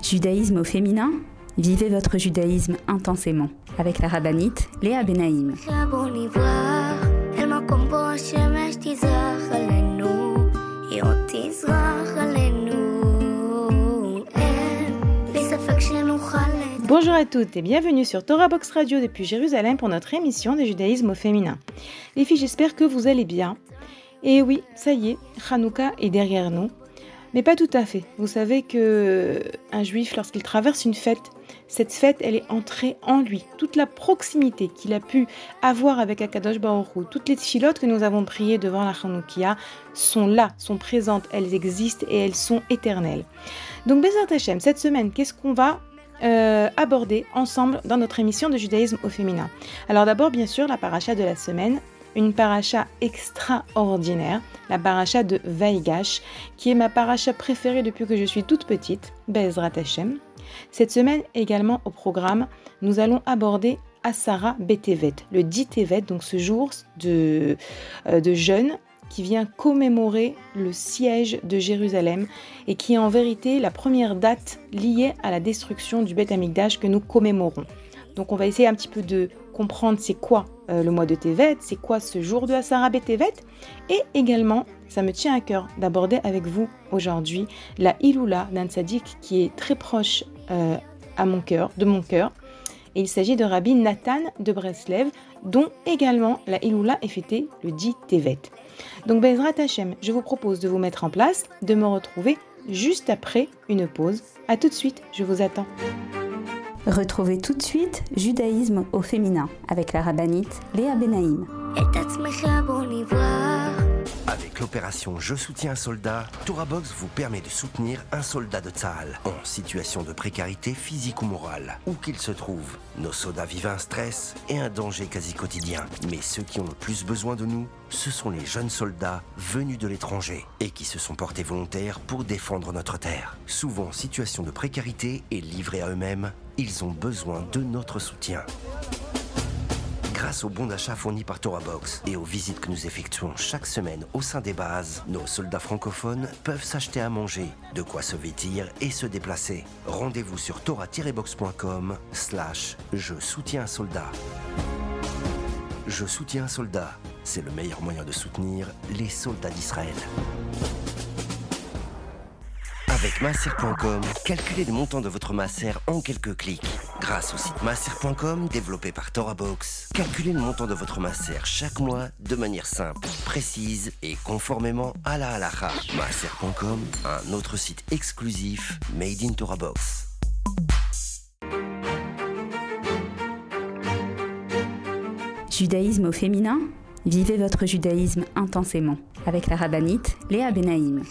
Judaïsme au féminin, vivez votre judaïsme intensément avec la rabbinite Léa Benaïm. Bonjour à toutes et bienvenue sur Torah Box Radio depuis Jérusalem pour notre émission de judaïsme au féminin. Les filles, j'espère que vous allez bien. Et oui, ça y est, Hanouka est derrière nous. Mais pas tout à fait. Vous savez qu'un juif, lorsqu'il traverse une fête, cette fête, elle est entrée en lui. Toute la proximité qu'il a pu avoir avec Akadosh Baruch Hu, toutes les tfilotes que nous avons priées devant la Hanoukia sont là, sont présentes, elles existent et elles sont éternelles. Donc, Bezrat Hashem, cette semaine, qu'est-ce qu'on va aborder ensemble dans notre émission de judaïsme au féminin? Alors d'abord, bien sûr, la paracha de la semaine, une paracha extraordinaire, la paracha de Vaïgash, qui est ma paracha préférée depuis que je suis toute petite, Bezrat Hashem. Cette semaine également au programme, nous allons aborder Asara Betevet, le 10 Tevet, donc ce jour de jeûne qui vient commémorer le siège de Jérusalem et qui est en vérité la première date liée à la destruction du Beth Amikdash que nous commémorons. Donc on va essayer un petit peu de comprendre c'est quoi le mois de Tevet, c'est quoi ce jour de Asara Betevet, et également, ça me tient à cœur d'aborder avec vous aujourd'hui la Iloula d'un tzaddik qui est très proche de mon cœur, et il s'agit de Rabbi Nathan de Breslev, dont également la Iloula est fêtée le 10 Tevet. Donc Bezrat Hashem, je vous propose de vous mettre en place, de me retrouver juste après une pause. A tout de suite, je vous attends. Retrouvez tout de suite Judaïsme au féminin avec la rabbinite Léa Benaïm. Avec l'opération Je soutiens un soldat, Torah Box vous permet de soutenir un soldat de Tzahal en situation de précarité physique ou morale, où qu'il se trouve. Nos soldats vivent un stress et un danger quasi quotidien. Mais ceux qui ont le plus besoin de nous, ce sont les jeunes soldats venus de l'étranger et qui se sont portés volontaires pour défendre notre terre. Souvent en situation de précarité et livrés à eux-mêmes, ils ont besoin de notre soutien. Grâce aux bons d'achat fournis par Torah Box et aux visites que nous effectuons chaque semaine au sein des bases, nos soldats francophones peuvent s'acheter à manger, de quoi se vêtir et se déplacer. Rendez-vous sur torah-box.com/Je soutiens un soldat. Je soutiens un soldat, c'est le meilleur moyen de soutenir les soldats d'Israël. Avec Maaser.com, calculez le montant de votre Maaser en quelques clics. Grâce au site Maaser.com, développé par Torah Box, calculez le montant de votre Maaser chaque mois de manière simple, précise et conformément à la halakha. Maaser.com, un autre site exclusif made in Torah Box. Judaïsme au féminin, vivez votre judaïsme intensément avec la rabbinite Léa Benaïm.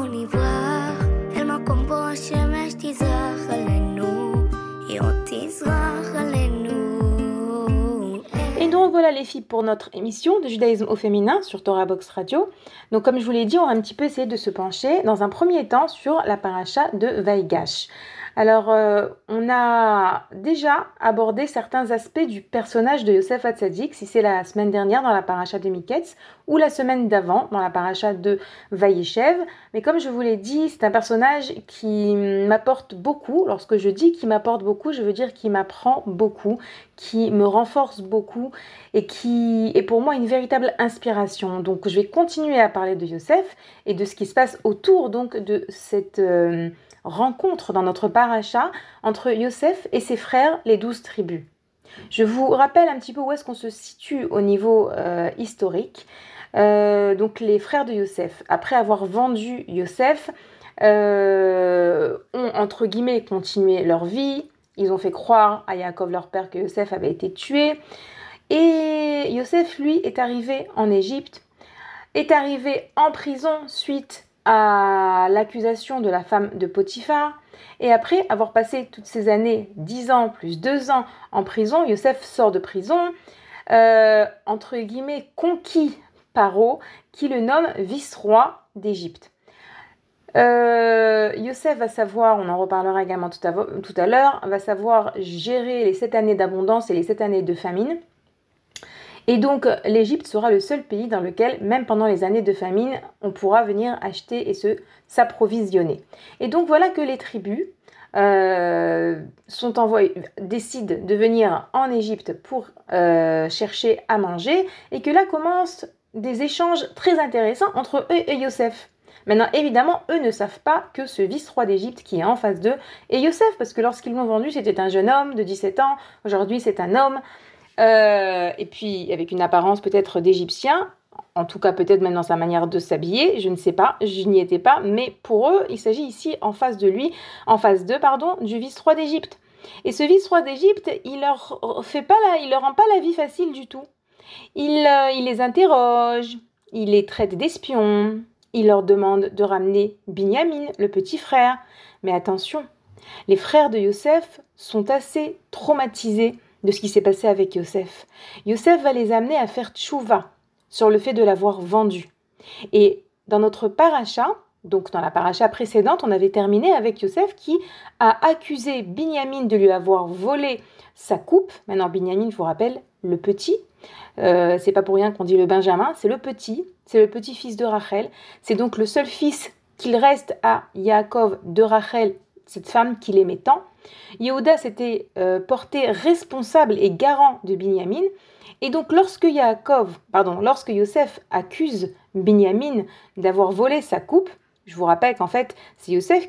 Et donc voilà les filles pour notre émission de judaïsme au féminin sur Torah Box Radio. Donc comme je vous l'ai dit, on va un petit peu essayer de se pencher dans un premier temps sur la paracha de Vaïgash. Alors, on a déjà abordé certains aspects du personnage de Yosef Hatzadik, si c'est la semaine dernière dans la paracha de Miketz, ou la semaine d'avant dans la paracha de Vayeshev. Mais comme je vous l'ai dit, c'est un personnage qui m'apporte beaucoup. Lorsque je dis qu'il m'apporte beaucoup, je veux dire qu'il m'apprend beaucoup, qui me renforce beaucoup et qui est pour moi une véritable inspiration. Donc, je vais continuer à parler de Yosef et de ce qui se passe autour donc de cette rencontre dans notre paracha entre Yosef et ses frères, les 12 tribus. Je vous rappelle un petit peu où est-ce qu'on se situe au niveau historique. Donc les frères de Yosef, après avoir vendu Yosef, ont entre guillemets continué leur vie. Ils ont fait croire à Yaakov leur père que Yosef avait été tué. Et Yosef, lui, est arrivé en Égypte, est arrivé en prison suite à l'accusation de la femme de Potiphar. Et après avoir passé toutes ces années, 10 ans plus 2 ans en prison, Yosef sort de prison, entre guillemets conquis par Paro, qui le nomme vice-roi d'Égypte. Yosef va savoir, on en reparlera également tout à l'heure, va savoir gérer les 7 années d'abondance et les 7 années de famine. Et donc, l'Égypte sera le seul pays dans lequel, même pendant les années de famine, on pourra venir acheter et s'approvisionner. Et donc, voilà que les tribus décident de venir en Égypte pour chercher à manger et que là commencent des échanges très intéressants entre eux et Yosef. Maintenant, évidemment, eux ne savent pas que ce vice-roi d'Égypte qui est en face d'eux est Yosef, parce que lorsqu'ils l'ont vendu, c'était un jeune homme de 17 ans. Aujourd'hui, c'est un homme, et puis avec une apparence peut-être d'Égyptien, en tout cas peut-être même dans sa manière de s'habiller, je ne sais pas, je n'y étais pas, mais pour eux, il s'agit ici en face d'eux, du vice-roi d'Égypte. Et ce vice-roi d'Égypte, il leur rend pas la vie facile du tout. Il les interroge, il les traite d'espions, il leur demande de ramener Binyamin, le petit frère. Mais attention, les frères de Yosef sont assez traumatisés de ce qui s'est passé avec Yosef. Yosef va les amener à faire tchouva sur le fait de l'avoir vendu. Et dans notre paracha, donc dans la paracha précédente, on avait terminé avec Yosef qui a accusé Binyamin de lui avoir volé sa coupe. Maintenant, Binyamin, je vous rappelle, le petit. C'est pas pour rien qu'on dit le Benjamin, c'est le petit-fils de Rachel. C'est donc le seul fils qu'il reste à Yaakov de Rachel, cette femme qu'il aimait tant. Yehuda s'était porté responsable et garant de Binyamin. Et donc lorsque Yosef accuse Binyamin d'avoir volé sa coupe, je vous rappelle qu'en fait c'est Yosef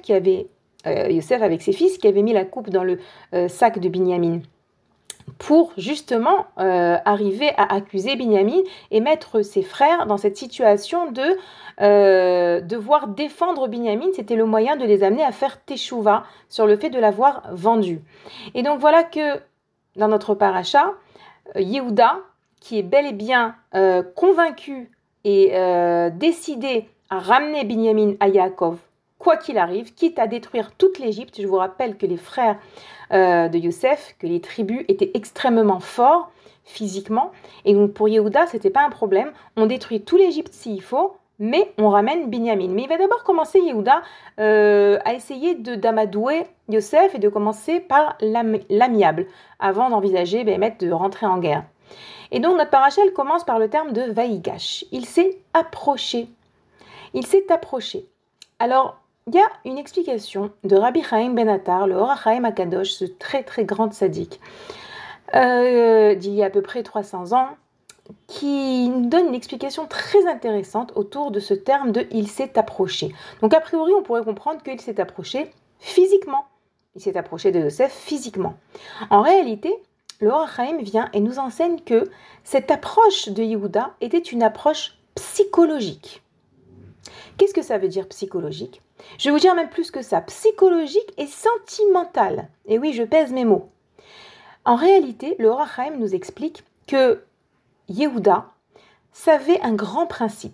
avec ses fils qui avait mis la coupe dans le sac de Binyamin, pour justement arriver à accuser Binyamin et mettre ses frères dans cette situation de devoir défendre Binyamin. C'était le moyen de les amener à faire teshuva sur le fait de l'avoir vendu. Et donc voilà que dans notre paracha, Yehuda, qui est bel et bien convaincu et décidé à ramener Binyamin à Yaakov, quoi qu'il arrive, quitte à détruire toute l'Égypte. Je vous rappelle que les frères de Yosef, que les tribus étaient extrêmement forts physiquement, et donc pour Yehuda, c'était pas un problème. On détruit tout l'Égypte s'il faut, mais on ramène Binyamin. Mais il va d'abord commencer, Yehuda, à essayer d'amadouer Yosef et de commencer par l'amiable, avant d'envisager de rentrer en guerre. Et donc notre paracha commence par le terme de Vaïgash. Il s'est approché. Alors, il y a une explication de Rabbi Chaim Ben Attar, le Or HaChaim HaKadosh, ce très très grand tzaddik, d'il y a à peu près 300 ans, qui nous donne une explication très intéressante autour de ce terme de « il s'est approché ». Donc a priori, on pourrait comprendre qu'il s'est approché physiquement. Il s'est approché de Yosef physiquement. En réalité, le Or HaChaim vient et nous enseigne que cette approche de Yehuda était une approche psychologique. Qu'est-ce que ça veut dire psychologique ? Je vais vous dire même plus que ça, psychologique et sentimental. Et oui, je pèse mes mots. En réalité, le Or HaChaim nous explique que Yehuda savait un grand principe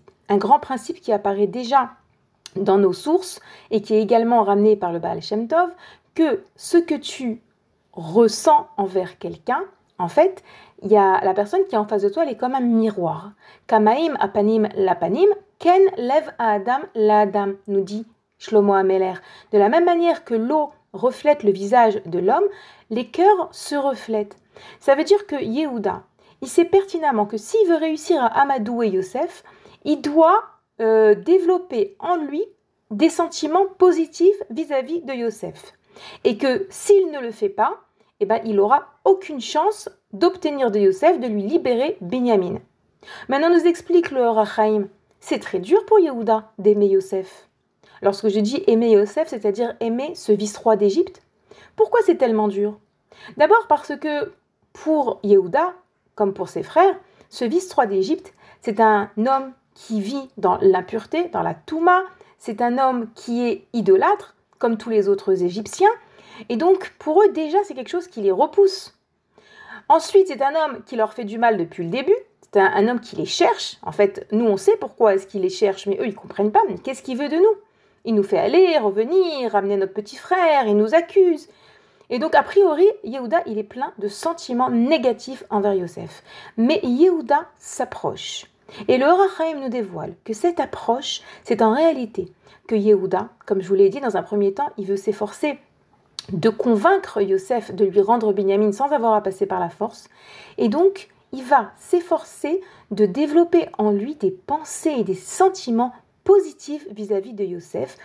qui apparaît déjà dans nos sources et qui est également ramené par le Baal Shem Tov, que ce que tu ressens envers quelqu'un, en fait, il y a la personne qui est en face de toi, elle est comme un miroir. Kamaim apanim lapanim, ken lev adam la adam, nous dit Shlomo Ameler. De la même manière que l'eau reflète le visage de l'homme, les cœurs se reflètent. Ça veut dire que Yehuda, il sait pertinemment que s'il veut réussir à amadouer Yosef, il doit développer en lui des sentiments positifs vis-à-vis de Yosef. Et que s'il ne le fait pas, il n'aura aucune chance d'obtenir de Yosef, de lui libérer Binyamin. Maintenant, nous explique le Or HaChaim, c'est très dur pour Yehuda d'aimer Yosef. Lorsque je dis aimer Yosef, c'est-à-dire aimer ce vice-roi d'Égypte, pourquoi c'est tellement dur ? D'abord parce que pour Yehuda, comme pour ses frères, ce vice-roi d'Égypte, c'est un homme qui vit dans l'impureté, dans la touma, c'est un homme qui est idolâtre, comme tous les autres Égyptiens, et donc pour eux déjà c'est quelque chose qui les repousse. Ensuite, c'est un homme qui leur fait du mal depuis le début, c'est un homme qui les cherche. En fait, nous on sait pourquoi est-ce qu'il les cherche, mais eux ils ne comprennent pas, mais qu'est-ce qu'il veut de nous ? Il nous fait aller, revenir, ramener notre petit frère, il nous accuse. Et donc, a priori, Yehuda, il est plein de sentiments négatifs envers Yosef. Mais Yehuda s'approche. Et le Or HaChaim nous dévoile que cette approche, c'est en réalité que Yehuda, comme je vous l'ai dit dans un premier temps, il veut s'efforcer de convaincre Yosef de lui rendre Binyamin sans avoir à passer par la force. Et donc, il va s'efforcer de développer en lui des pensées et des sentiments positifs vis-à-vis de Yosef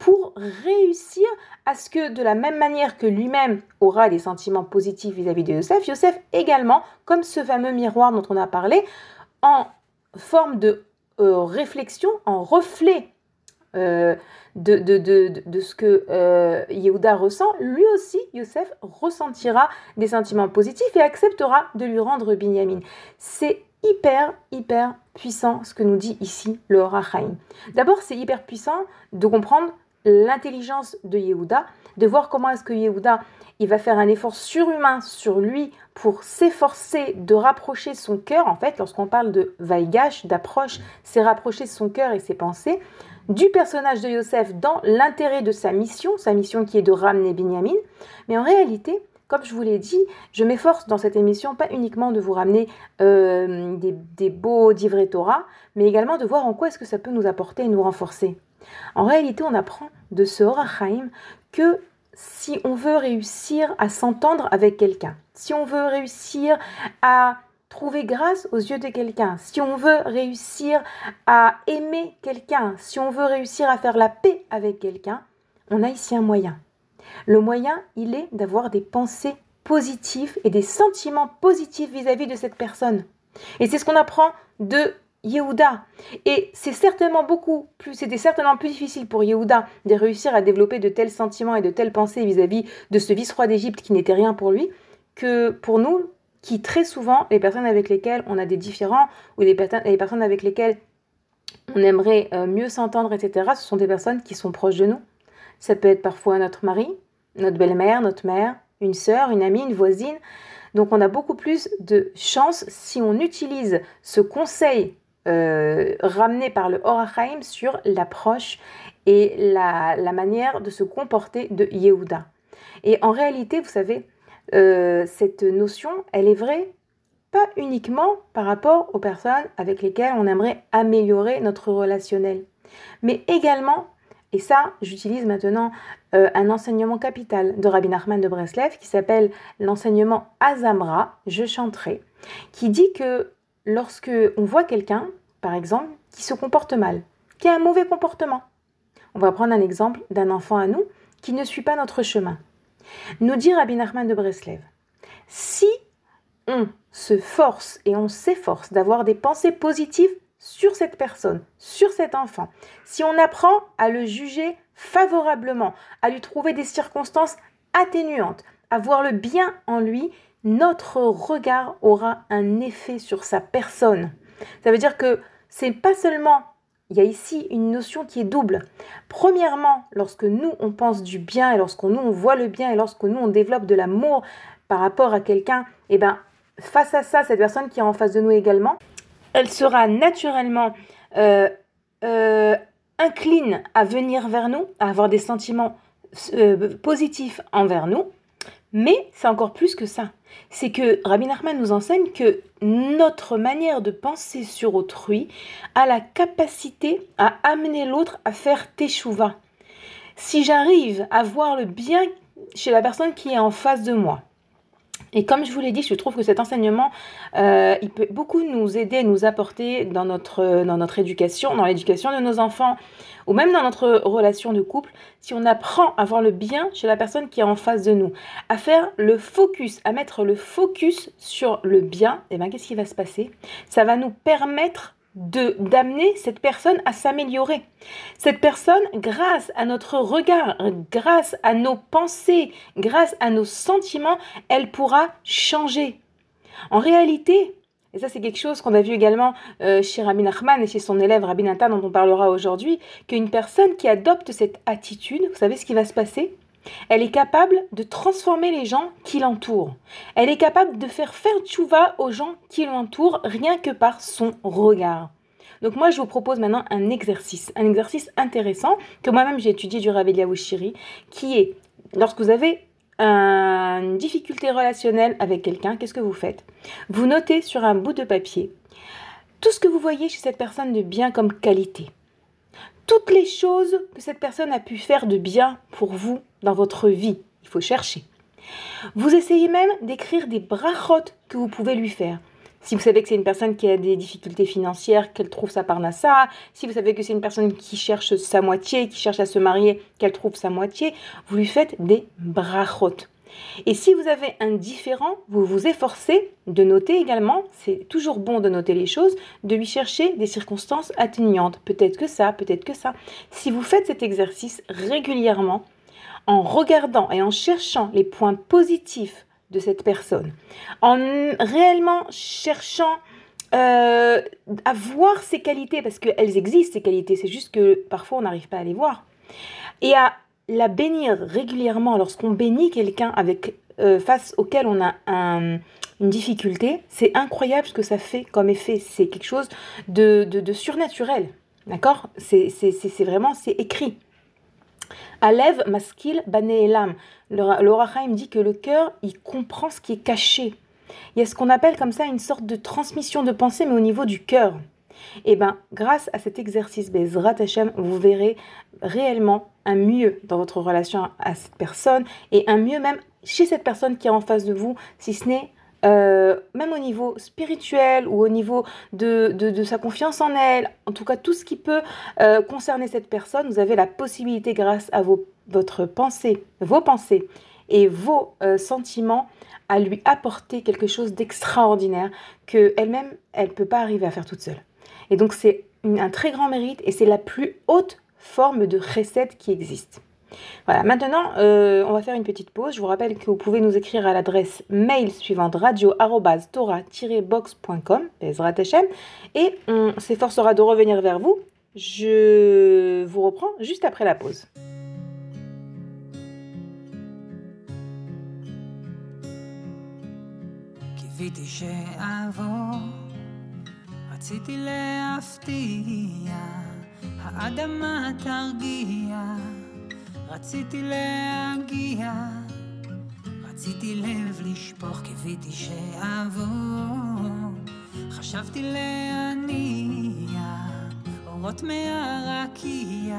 pour réussir à ce que, de la même manière que lui-même aura des sentiments positifs vis-à-vis de Yosef, Yosef également, comme ce fameux miroir dont on a parlé, en forme de réflexion, en reflet de ce que Yehuda ressent, lui aussi, Yosef, ressentira des sentiments positifs et acceptera de lui rendre Binyamin. C'est hyper puissant ce que nous dit ici le Or HaChaim. D'abord, c'est hyper puissant de comprendre l'intelligence de Yehuda, de voir comment est-ce que Yehuda il va faire un effort surhumain sur lui pour s'efforcer de rapprocher son cœur. En fait, lorsqu'on parle de Vaigash, d'approche, c'est rapprocher son cœur et ses pensées du personnage de Yosef dans l'intérêt de sa mission qui est de ramener Binyamin. Mais en réalité, comme je vous l'ai dit, je m'efforce dans cette émission pas uniquement de vous ramener des beaux divrei Torah, mais également de voir en quoi est-ce que ça peut nous apporter et nous renforcer. En réalité, on apprend de ce Or HaChaim que si on veut réussir à s'entendre avec quelqu'un, si on veut réussir à trouver grâce aux yeux de quelqu'un, si on veut réussir à aimer quelqu'un, si on veut réussir à faire la paix avec quelqu'un, on a ici un moyen. Le moyen, il est d'avoir des pensées positives et des sentiments positifs vis-à-vis de cette personne. Et c'est ce qu'on apprend de Yehuda. Et c'était certainement plus difficile pour Yehuda de réussir à développer de tels sentiments et de telles pensées vis-à-vis de ce vice-roi d'Égypte qui n'était rien pour lui, que pour nous, qui très souvent, les personnes avec lesquelles on a des différends, ou les personnes avec lesquelles on aimerait mieux s'entendre, etc., ce sont des personnes qui sont proches de nous. Ça peut être parfois notre mari, notre belle-mère, notre mère, une sœur, une amie, une voisine. Donc on a beaucoup plus de chance si on utilise ce conseil ramené par le Or HaChaim sur l'approche et la manière de se comporter de Yehuda. Et en réalité, vous savez, cette notion, elle est vraie pas uniquement par rapport aux personnes avec lesquelles on aimerait améliorer notre relationnel, mais également, et ça, j'utilise maintenant un enseignement capital de Rabbi Nachman de Breslev qui s'appelle l'enseignement Azamra, je chanterai, qui dit que lorsque on voit quelqu'un, par exemple, qui se comporte mal, qui a un mauvais comportement, on va prendre un exemple d'un enfant à nous qui ne suit pas notre chemin. Nous dit Rabbi Nachman de Breslev, si on se force et on s'efforce d'avoir des pensées positives sur cette personne, sur cet enfant, si on apprend à le juger favorablement, à lui trouver des circonstances atténuantes, à voir le bien en lui, notre regard aura un effet sur sa personne. Ça veut dire que c'est pas seulement, il y a ici une notion qui est double. Premièrement, lorsque nous on pense du bien et lorsque nous on voit le bien et lorsque nous on développe de l'amour par rapport à quelqu'un, et ben face à ça, cette personne qui est en face de nous également, elle sera naturellement incline à venir vers nous, à avoir des sentiments positifs envers nous. Mais c'est encore plus que ça. C'est que Rabbi Nachman nous enseigne que notre manière de penser sur autrui a la capacité à amener l'autre à faire teshuva. Si j'arrive à voir le bien chez la personne qui est en face de moi, et comme je vous l'ai dit, je trouve que cet enseignement, il peut beaucoup nous aider, nous apporter dans notre éducation, dans l'éducation de nos enfants, ou même dans notre relation de couple, si on apprend à voir le bien chez la personne qui est en face de nous, à faire le focus, à mettre le focus sur le bien, et bien qu'est-ce qui va se passer ? Ça va nous permettre d'amener cette personne à s'améliorer. Cette personne, grâce à notre regard, grâce à nos pensées, grâce à nos sentiments, elle pourra changer. En réalité, et ça c'est quelque chose qu'on a vu également chez Rabbi Nachman et chez son élève Rabbi Nathan dont on parlera aujourd'hui, qu'une personne qui adopte cette attitude, vous savez ce qui va se passer ? Elle est capable de transformer les gens qui l'entourent. Elle est capable de faire tchouva aux gens qui l'entourent rien que par son regard. Donc moi, je vous propose maintenant un exercice intéressant que moi-même j'ai étudié du Rav Eliyahu Shiri, qui est, lorsque vous avez une difficulté relationnelle avec quelqu'un, qu'est-ce que vous faites ? Vous notez sur un bout de papier tout ce que vous voyez chez cette personne de bien comme qualité. Toutes les choses que cette personne a pu faire de bien pour vous dans votre vie. Il faut chercher. Vous essayez même d'écrire des brachot que vous pouvez lui faire. Si vous savez que c'est une personne qui a des difficultés financières, qu'elle trouve sa parnassa. Si vous savez que c'est une personne qui cherche sa moitié, qui cherche à se marier, qu'elle trouve sa moitié, vous lui faites des brachot. Et si vous avez un différent, vous vous efforcez de noter également, c'est toujours bon de noter les choses, de lui chercher des circonstances atténuantes. Peut-être que ça, peut-être que ça. Si vous faites cet exercice régulièrement, en regardant et en cherchant les points positifs de cette personne, en réellement cherchant à voir ses qualités, parce qu'elles existent ces qualités, c'est juste que parfois on n'arrive pas à les voir, et à la bénir régulièrement. Lorsqu'on bénit quelqu'un face auquel on a une difficulté, c'est incroyable ce que ça fait comme effet. C'est quelque chose de surnaturel, d'accord ? C'est vraiment, c'est écrit. Alev maskil bané elam. Le Ohr HaChaim dit que le cœur, il comprend ce qui est caché. Il y a ce qu'on appelle comme ça une sorte de transmission de pensée, mais au niveau du cœur. Et bien, grâce à cet exercice Bezrat Hashem, vous verrez réellement un mieux dans votre relation à cette personne et un mieux même chez cette personne qui est en face de vous, si ce n'est même au niveau spirituel ou au niveau de sa confiance en elle. En tout cas, tout ce qui peut concerner cette personne, vous avez la possibilité, grâce à vos pensées et vos sentiments, à lui apporter quelque chose d'extraordinaire qu'elle-même, elle ne peut pas arriver à faire toute seule. Et donc, c'est un très grand mérite et c'est la plus haute forme de chesed qui existe. Voilà, maintenant, on va faire une petite pause. Je vous rappelle que vous pouvez nous écrire à l'adresse mail suivante radio@torah-box.com, Bezrat Hashem, et on s'efforcera de revenir vers vous. Je vous reprends juste après la pause. קיוויתי שאעבור, רציתי להפתיע, האדמה תרגיע, רציתי להגיע, רציתי לב לשפוך, קיוויתי שאעבור, חשבתי להניע, אורות מהרקיע,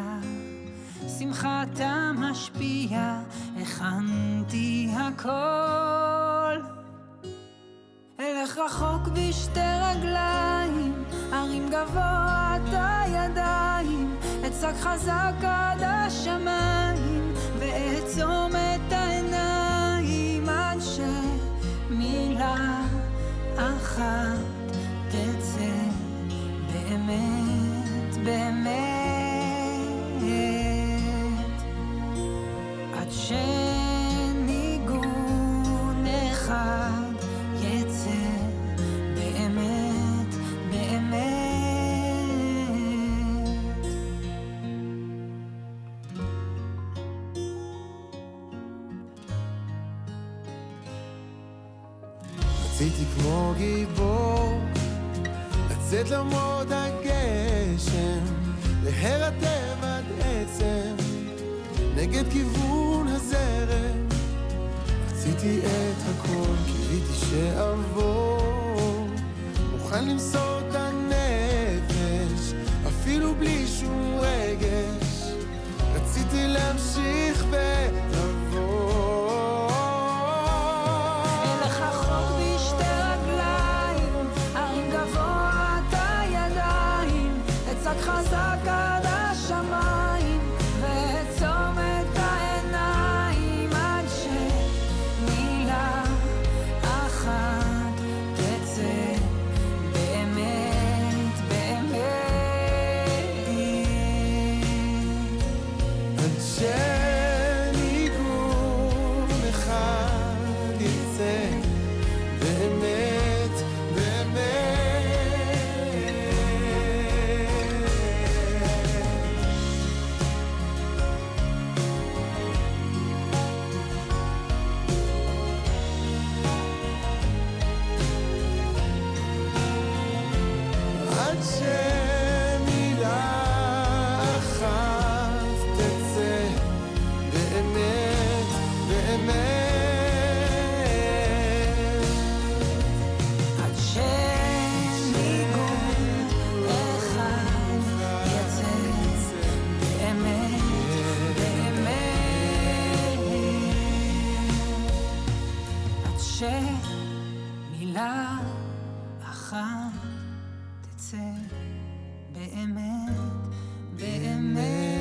שמחתה משפיע, הכנתי הכל. אלך רחוק בשתי רגליים, הרים גבוה את הידיים, אצעק חזק עד השמיים, ואעצום את העיניים, עד שמילה אחת תצא באמת, באמת, עד שניגון אחד רציתי כמו גיבור לצאת למרות הגשם, להירתם עד עצם נגד כיוון הזרם. רציתי את הכל, קיוויתי שאעבור, מוכן למסור את הנפש אפילו בלי שום רגש. רציתי להמשיך ולבוא, חזק עד השמיים, ועצום את העיניים, עד שמילה אחת תצא באמת, באמת, עד שניגון אחד יצא באמת, באמת. מילה ממך תצא באמת, באמת.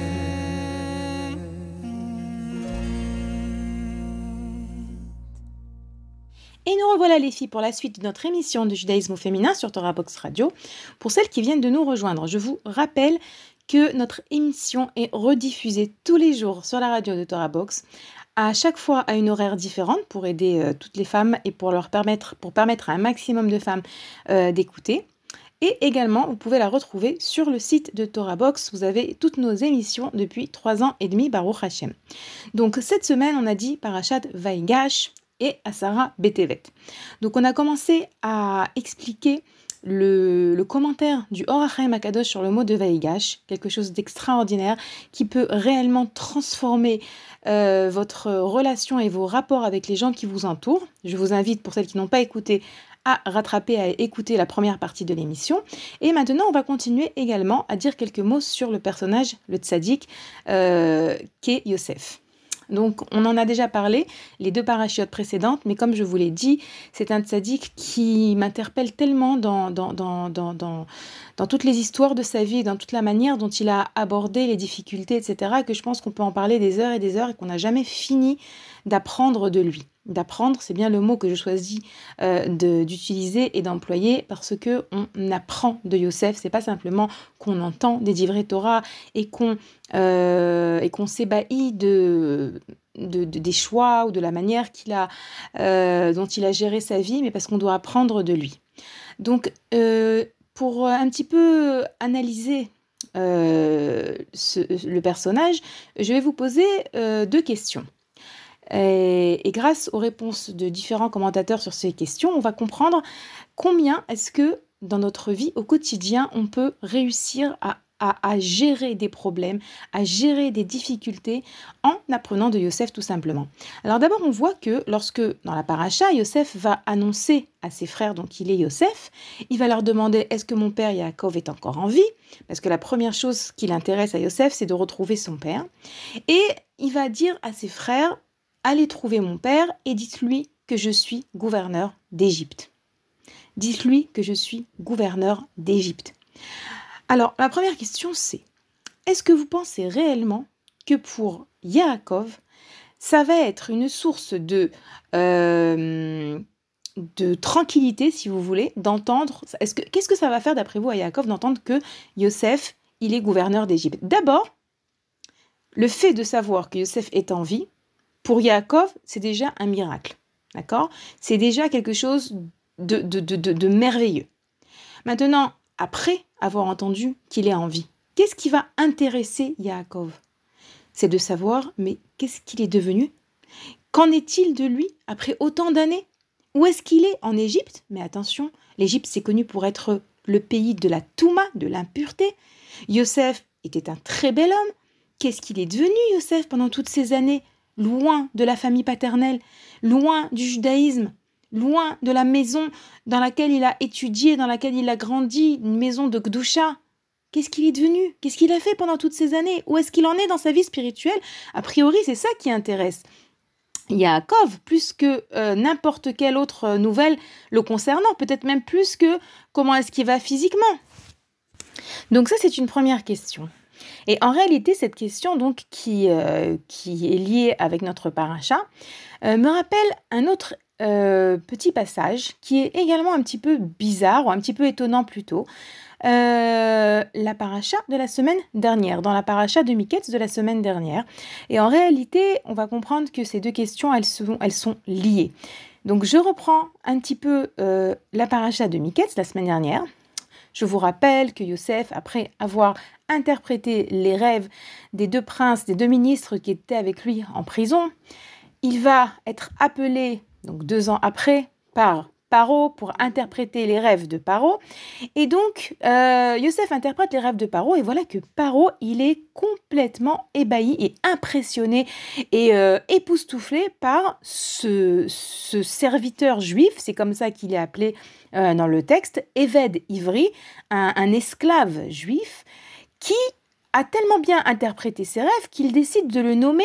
Et nous revoilà les filles pour la suite de notre émission de judaïsme au féminin sur Torah Box Radio. Pour celles qui viennent de nous rejoindre, je vous rappelle que notre émission est rediffusée tous les jours sur la radio de Torah Box, à chaque fois à une horaire différente pour aider toutes les femmes et pour permettre à un maximum de femmes d'écouter. Et également, vous pouvez la retrouver sur le site de Torah Box. Vous avez toutes nos émissions depuis 3 ans et demi, Baruch Hashem. Donc cette semaine, on a dit Parashat Vaïgash et Asara Betevet. Donc on a commencé à expliquer le commentaire du Or HaChaim Akadosh sur le mot de Vaïgash, quelque chose d'extraordinaire qui peut réellement transformer votre relation et vos rapports avec les gens qui vous entourent. Je vous invite, pour celles qui n'ont pas écouté, à écouter la première partie de l'émission. Et maintenant, on va continuer également à dire quelques mots sur le personnage, le tzaddik, qu'est Yosef. Donc, on en a déjà parlé, les 2 parachiotes précédentes, mais comme je vous l'ai dit, c'est un tzaddik qui m'interpelle tellement dans toutes les histoires de sa vie, dans toute la manière dont il a abordé les difficultés, etc., que je pense qu'on peut en parler des heures et qu'on n'a jamais fini d'apprendre de lui. D'apprendre, c'est bien le mot que je choisis d'utiliser et d'employer parce que on apprend de Yosef. C'est pas simplement qu'on entend des divrei Torah et qu'on s'ébahit des choix ou de la manière dont il a géré sa vie, mais parce qu'on doit apprendre de lui. Donc, pour un petit peu analyser le personnage, je vais vous poser 2 questions. Et grâce aux réponses de différents commentateurs sur ces questions, on va comprendre combien est-ce que dans notre vie au quotidien, on peut réussir à gérer des problèmes, à gérer des difficultés en apprenant de Yosef tout simplement. Alors d'abord, on voit que lorsque, dans la paracha, Yosef va annoncer à ses frères, donc il est Yosef, il va leur demander « Est-ce que mon père Yaakov est encore en vie ?» Parce que la première chose qui l'intéresse à Yosef, c'est de retrouver son père. Et il va dire à ses frères « Allez trouver mon père et dites-lui que je suis gouverneur d'Égypte. » Dites-lui que je suis gouverneur d'Égypte. Alors, la première question, c'est est-ce que vous pensez réellement que pour Yaakov, ça va être une source de tranquillité, si vous voulez, d'entendre... Qu'est-ce que ça va faire, d'après vous, à Yaakov, d'entendre que Yosef, il est gouverneur d'Égypte? D'abord, le fait de savoir que Yosef est en vie, pour Yaakov, c'est déjà un miracle. D'accord? C'est déjà quelque chose de merveilleux. Maintenant, après avoir entendu qu'il est en vie, qu'est-ce qui va intéresser Yaakov? C'est de savoir, mais qu'est-ce qu'il est devenu? Qu'en est-il de lui après autant d'années? Où est-ce qu'il est? En Égypte? Mais attention, l'Égypte, c'est connu pour être le pays de la touma, de l'impureté. Yosef était un très bel homme. Qu'est-ce qu'il est devenu, Yosef, pendant toutes ces années? Loin de la famille paternelle, loin du judaïsme, loin de la maison dans laquelle il a étudié, dans laquelle il a grandi, une maison de Gdoucha. Qu'est-ce qu'il est devenu? Qu'est-ce qu'il a fait pendant toutes ces années? Où est-ce qu'il en est dans sa vie spirituelle? A priori, c'est ça qui intéresse Yaakov, plus que n'importe quelle autre nouvelle le concernant, peut-être même plus que comment est-ce qu'il va physiquement. Donc ça, c'est une première question. Et en réalité, cette question donc qui est liée avec notre paracha me rappelle un autre petit passage qui est également un petit peu bizarre, ou un petit peu étonnant plutôt, la paracha de la semaine dernière, dans la paracha de Miketz de la semaine dernière. Et en réalité, on va comprendre que ces 2 questions, elles sont liées. Donc je reprends un petit peu la paracha de Miketz la semaine dernière. Je vous rappelle que Yosef, après avoir interprété les rêves des 2 princes, des 2 ministres qui étaient avec lui en prison, il va être appelé, donc 2 ans après, par Paro pour interpréter les rêves de Paro. Et donc, Yosef interprète les rêves de Paro, et voilà que Paro, il est complètement ébahi et impressionné et époustouflé par ce serviteur juif, c'est comme ça qu'il est appelé dans le texte, Eved Ivri, un esclave juif, qui a tellement bien interprété ses rêves qu'il décide de le nommer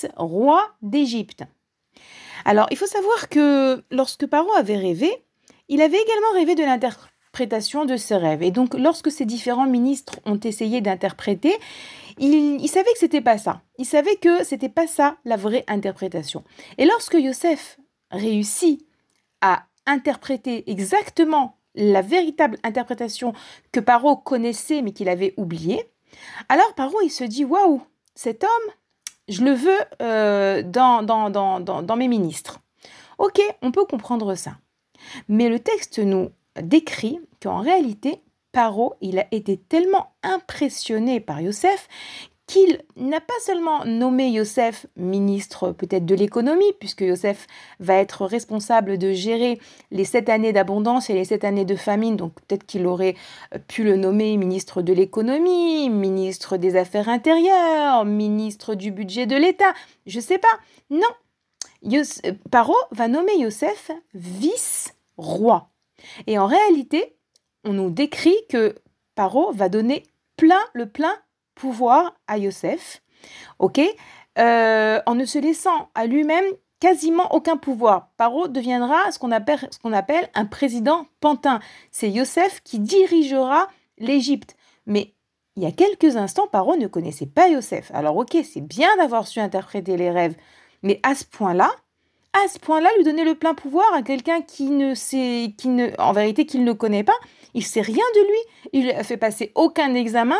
vice-roi d'Égypte. Alors, il faut savoir que lorsque Paro avait rêvé, il avait également rêvé de l'interprétation de ses rêves. Et donc, lorsque ces différents ministres ont essayé d'interpréter, il savait que c'était pas ça. Il savait que c'était pas ça la vraie interprétation. Et lorsque Yosef réussit à interpréter exactement la véritable interprétation que Paro connaissait mais qu'il avait oubliée, alors Paro il se dit waouh, cet homme, je le veux dans mes ministres. Ok, on peut comprendre ça. Mais le texte nous décrit qu'en réalité, Paro, il a été tellement impressionné par Yosef qu'il n'a pas seulement nommé Yosef ministre peut-être de l'économie, puisque Yosef va être responsable de gérer les 7 années d'abondance et les 7 années de famine, donc peut-être qu'il aurait pu le nommer ministre de l'économie, ministre des Affaires intérieures, ministre du budget de l'État, je ne sais pas. Non, Paro va nommer Yosef vice-roi. Et en réalité, on nous décrit que Paro va donner le plein pouvoir à Yosef, ok, en ne se laissant à lui-même quasiment aucun pouvoir. Paro deviendra ce qu'on appelle un président pantin. C'est Yosef qui dirigera l'Égypte. Mais il y a quelques instants, Paro ne connaissait pas Yosef. Alors ok, c'est bien d'avoir su interpréter les rêves, mais à ce point-là, lui donner le plein pouvoir à quelqu'un en vérité, qu'il ne connaît pas, il sait rien de lui. Il a fait passer aucun examen,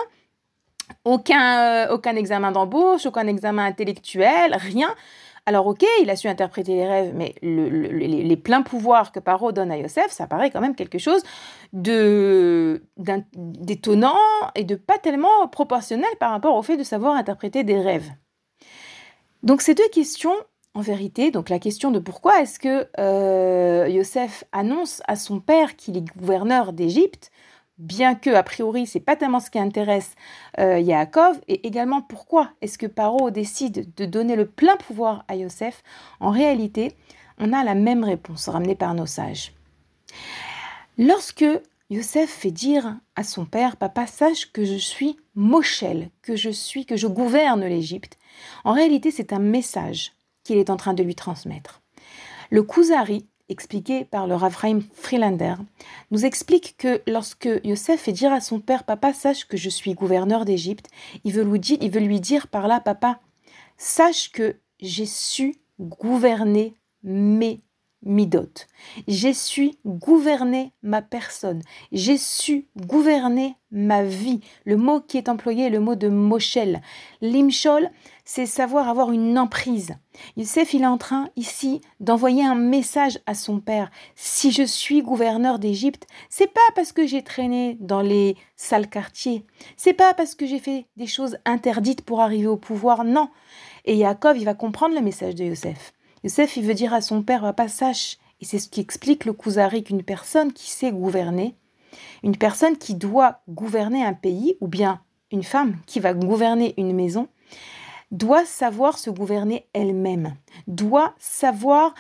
aucun examen d'embauche, aucun examen intellectuel, rien. Alors ok, il a su interpréter les rêves, mais les pleins pouvoirs que Paro donne à Yosef, ça paraît quand même quelque chose d'étonnant et de pas tellement proportionnel par rapport au fait de savoir interpréter des rêves. Donc ces deux questions, en vérité, donc la question de pourquoi est-ce que Yosef annonce à son père qu'il est gouverneur d'Égypte, bien que, a priori, c'est pas tellement ce qui intéresse Yaakov, et également pourquoi est-ce que Paro décide de donner le plein pouvoir à Yosef, en réalité, on a la même réponse ramenée par nos sages. Lorsque Yosef fait dire à son père, papa, sache que je suis Moshel, que je gouverne l'Égypte, en réalité, c'est un message qu'il est en train de lui transmettre. Le Kuzari, expliqué par le Rav Chaim Friedlander, nous explique que lorsque Yosef fait dire à son père, papa, sache que je suis gouverneur d'Égypte, il veut lui dire par là, papa, sache que j'ai su gouverner mes midot. J'ai su gouverner ma personne. J'ai su gouverner ma vie. Le mot qui est employé est le mot de moshel. Limshol, c'est savoir avoir une emprise. Yosef, il est en train ici d'envoyer un message à son père. Si je suis gouverneur d'Égypte, c'est pas parce que j'ai traîné dans les sales quartiers. C'est pas parce que j'ai fait des choses interdites pour arriver au pouvoir. Non. Et Yaakov, il va comprendre le message de Yosef. Yosef, il veut dire à son père, papa, sache, et c'est ce qui explique le Kuzari, qu'une personne qui sait gouverner, une personne qui doit gouverner un pays, ou bien une femme qui va gouverner une maison, doit savoir se gouverner elle-même, doit savoir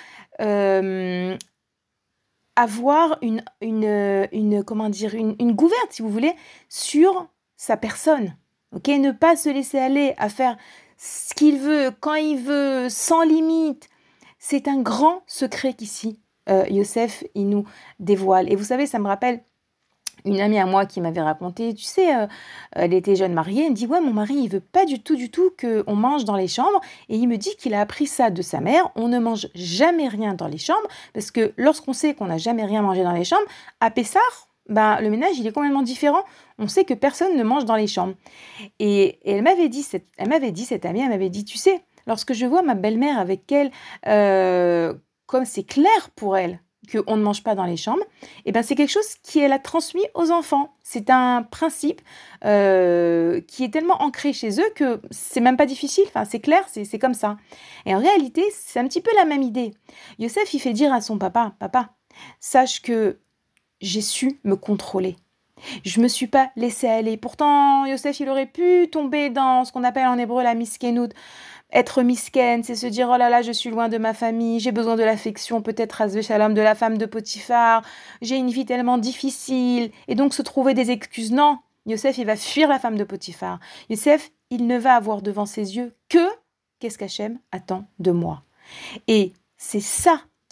avoir une gouverne, si vous voulez, sur sa personne. Ok, ne pas se laisser aller à faire ce qu'il veut, quand il veut, sans limite. C'est un grand secret qu'ici, Yosef, il nous dévoile. Et vous savez, ça me rappelle une amie à moi qui m'avait raconté, tu sais, elle était jeune mariée, elle me dit, ouais, mon mari, il veut pas du tout qu'on mange dans les chambres, et il me dit qu'il a appris ça de sa mère, on ne mange jamais rien dans les chambres, parce que lorsqu'on sait qu'on n'a jamais rien mangé dans les chambres, à Pessah, le ménage, il est complètement différent, on sait que personne ne mange dans les chambres. Et elle m'avait dit, cette amie, elle m'avait dit, tu sais, lorsque je vois ma belle-mère avec elle, comme c'est clair pour elle qu'on ne mange pas dans les chambres, et ben c'est quelque chose qu'elle a transmis aux enfants. C'est un principe qui est tellement ancré chez eux que c'est même pas difficile, enfin, c'est clair, c'est comme ça. Et en réalité, c'est un petit peu la même idée. Yosef, il fait dire à son papa, sache que j'ai su me contrôler. Je me suis pas laissé aller. Pourtant, Yosef, il aurait pu tomber dans ce qu'on appelle en hébreu la miskenout. Être misken, c'est se dire, oh là là, je suis loin de ma famille, j'ai besoin de l'affection, peut-être Hasbe Shalom, de la femme de Potiphar, j'ai une vie tellement difficile, et donc se trouver des excuses. Non, Yosef, il va fuir la femme de Potiphar. Yosef, il ne va avoir devant ses yeux que qu'est-ce qu'Hachem attend de moi. Et c'est ça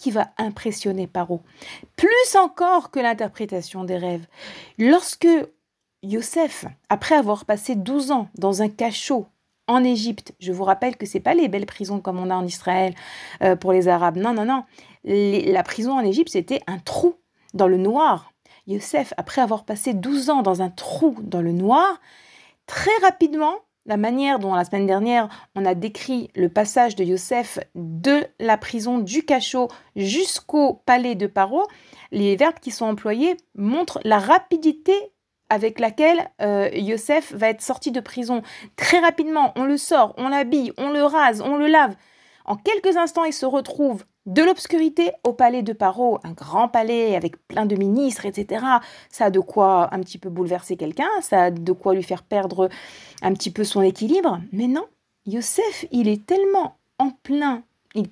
qui va impressionner Paro, plus encore que l'interprétation des rêves. Lorsque Yosef, après avoir passé 12 ans dans un cachot en Égypte, je vous rappelle que ce n'est pas les belles prisons comme on a en Israël pour les Arabes, non. La prison en Égypte, c'était un trou dans le noir. Yosef, après avoir passé 12 ans dans un trou dans le noir, très rapidement, la manière dont la semaine dernière, on a décrit le passage de Yosef de la prison du cachot jusqu'au palais de Paro, les verbes qui sont employés montrent la rapidité avec laquelle Yosef va être sorti de prison. Très rapidement, on le sort, on l'habille, on le rase, on le lave. En quelques instants, il se retrouve de l'obscurité au palais de Paro, un grand palais avec plein de ministres, etc. Ça a de quoi un petit peu bouleverser quelqu'un, ça a de quoi lui faire perdre un petit peu son équilibre. Mais non, Yosef, il est tellement plein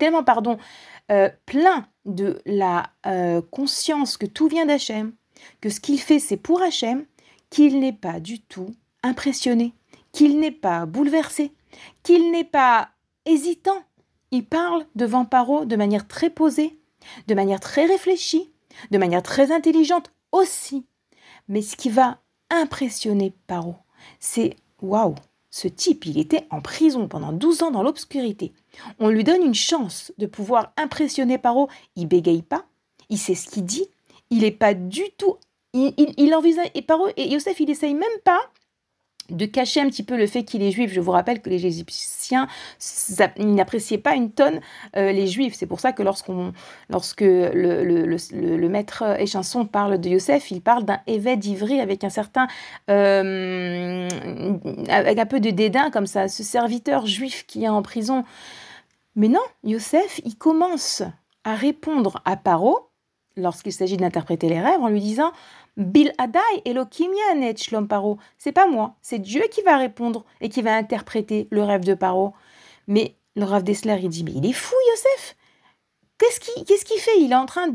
de la conscience que tout vient d'Hachem, que ce qu'il fait, c'est pour Hachem, qu'il n'est pas du tout impressionné, qu'il n'est pas bouleversé, qu'il n'est pas hésitant. Il parle devant Paro de manière très posée, de manière très réfléchie, de manière très intelligente aussi. Mais ce qui va impressionner Paro, c'est « waouh, ce type, il était en prison pendant 12 ans dans l'obscurité. On lui donne une chance de pouvoir impressionner Paro. Il bégaye pas, il sait ce qu'il dit, il n'est pas du tout... Il envisage... Et Paro et Yosef, il n'essaye même pas de cacher un petit peu le fait qu'il est juif. Je vous rappelle que les Égyptiens n'appréciaient pas une tonne les Juifs. C'est pour ça que lorsque le maître Échinson parle de Yosef, il parle d'un évêque d'Ivry avec un certain... avec un peu de dédain comme ça, ce serviteur juif qui est en prison. Mais non, Yosef, il commence à répondre à Paro, lorsqu'il s'agit d'interpréter les rêves, en lui disant... Bil Adai Elokim Yanet Shlom Paro. C'est pas moi, c'est Dieu qui va répondre et qui va interpréter le rêve de Paro. Mais le Rav Dessler, il dit, mais il est fou, Yosef. Qu'est-ce qu'il fait? Il est en train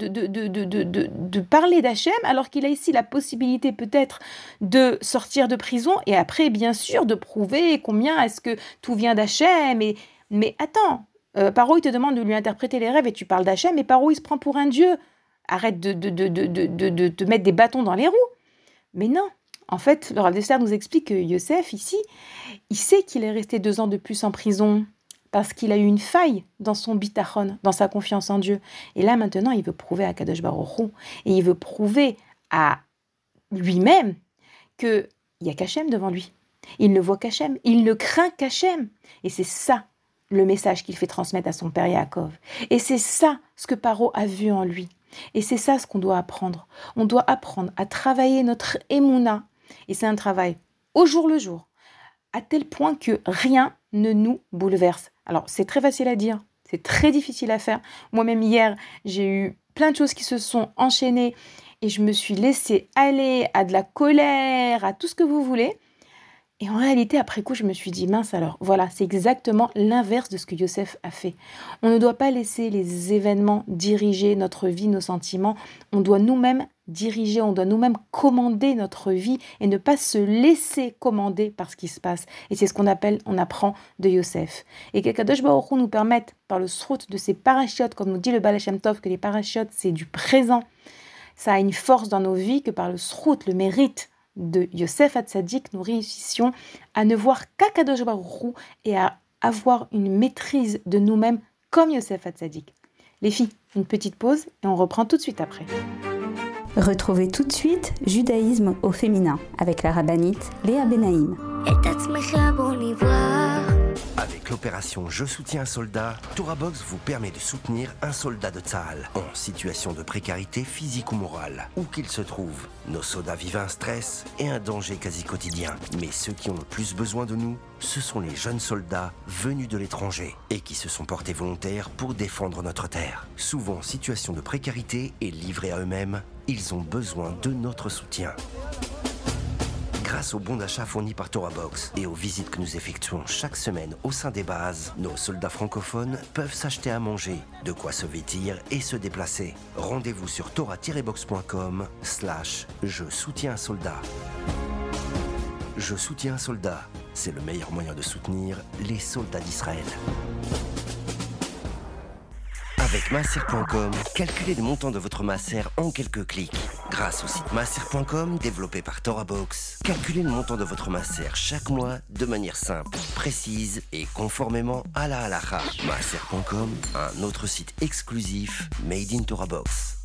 de parler d'Hachem alors qu'il a ici la possibilité peut-être de sortir de prison et après, bien sûr, de prouver combien est-ce que tout vient d'Hachem. Mais attends, Paro, il te demande de lui interpréter les rêves et tu parles d'Hachem et Paro, il se prend pour un dieu. Arrête de te mettre des bâtons dans les roues. Mais non, en fait, le Rav Dessler nous explique que Yosef, ici, il sait qu'il est resté 2 ans de plus en prison parce qu'il a eu une faille dans son bitachon, dans sa confiance en Dieu. Et là, maintenant, il veut prouver à Kadosh Baruch Hu, et il veut prouver à lui-même qu'il n'y a qu'Hachem devant lui. Il ne voit qu'Hachem, il ne craint qu'Hachem. Et c'est ça, le message qu'il fait transmettre à son père Yaakov. Et c'est ça, ce que Paro a vu en lui. Et c'est ça ce qu'on doit apprendre. On doit apprendre à travailler notre émouna. Et c'est un travail au jour le jour, à tel point que rien ne nous bouleverse. Alors, c'est très facile à dire, c'est très difficile à faire. Moi-même, hier, j'ai eu plein de choses qui se sont enchaînées et je me suis laissée aller à de la colère, à tout ce que vous voulez. Et en réalité, après coup, je me suis dit, mince alors, voilà, c'est exactement l'inverse de ce que Yosef a fait. On ne doit pas laisser les événements diriger notre vie, nos sentiments. On doit nous-mêmes diriger, on doit nous-mêmes commander notre vie et ne pas se laisser commander par ce qui se passe. Et c'est ce qu'on apprend de Yosef. Et que Kadosh Baruch Hu nous permette, par le srout de ces parachiotes, comme nous dit le Baal Shem Tov, que les parachiotes, c'est du présent. Ça a une force dans nos vies que par le srout, le mérite de Yosef Hatzadik, nous réussissions à ne voir qu'Akadosh Baruch Hu et à avoir une maîtrise de nous-mêmes comme Yosef Hatzadik. Les filles, une petite pause et on reprend tout de suite après. Retrouvez tout de suite Judaïsme au féminin avec la rabbinite Léa Benaïm. Avec l'opération Je soutiens un soldat, Torah Box vous permet de soutenir un soldat de Tsahal en situation de précarité physique ou morale, où qu'il se trouve. Nos soldats vivent un stress et un danger quasi quotidien. Mais ceux qui ont le plus besoin de nous, ce sont les jeunes soldats venus de l'étranger et qui se sont portés volontaires pour défendre notre terre. Souvent en situation de précarité et livrés à eux-mêmes, ils ont besoin de notre soutien. Grâce aux bons d'achat fournis par Torah Box et aux visites que nous effectuons chaque semaine au sein des bases, nos soldats francophones peuvent s'acheter à manger, de quoi se vêtir et se déplacer. Rendez-vous sur torah-box.com/Je soutiens un soldat. Je soutiens un soldat, c'est le meilleur moyen de soutenir les soldats d'Israël. Avec Maaser.com, calculez le montant de votre maaser en quelques clics. Grâce au site Maaser.com, développé par TorahBox, calculez le montant de votre maaser chaque mois de manière simple, précise et conformément à la halakha. Maaser.com, un autre site exclusif made in TorahBox.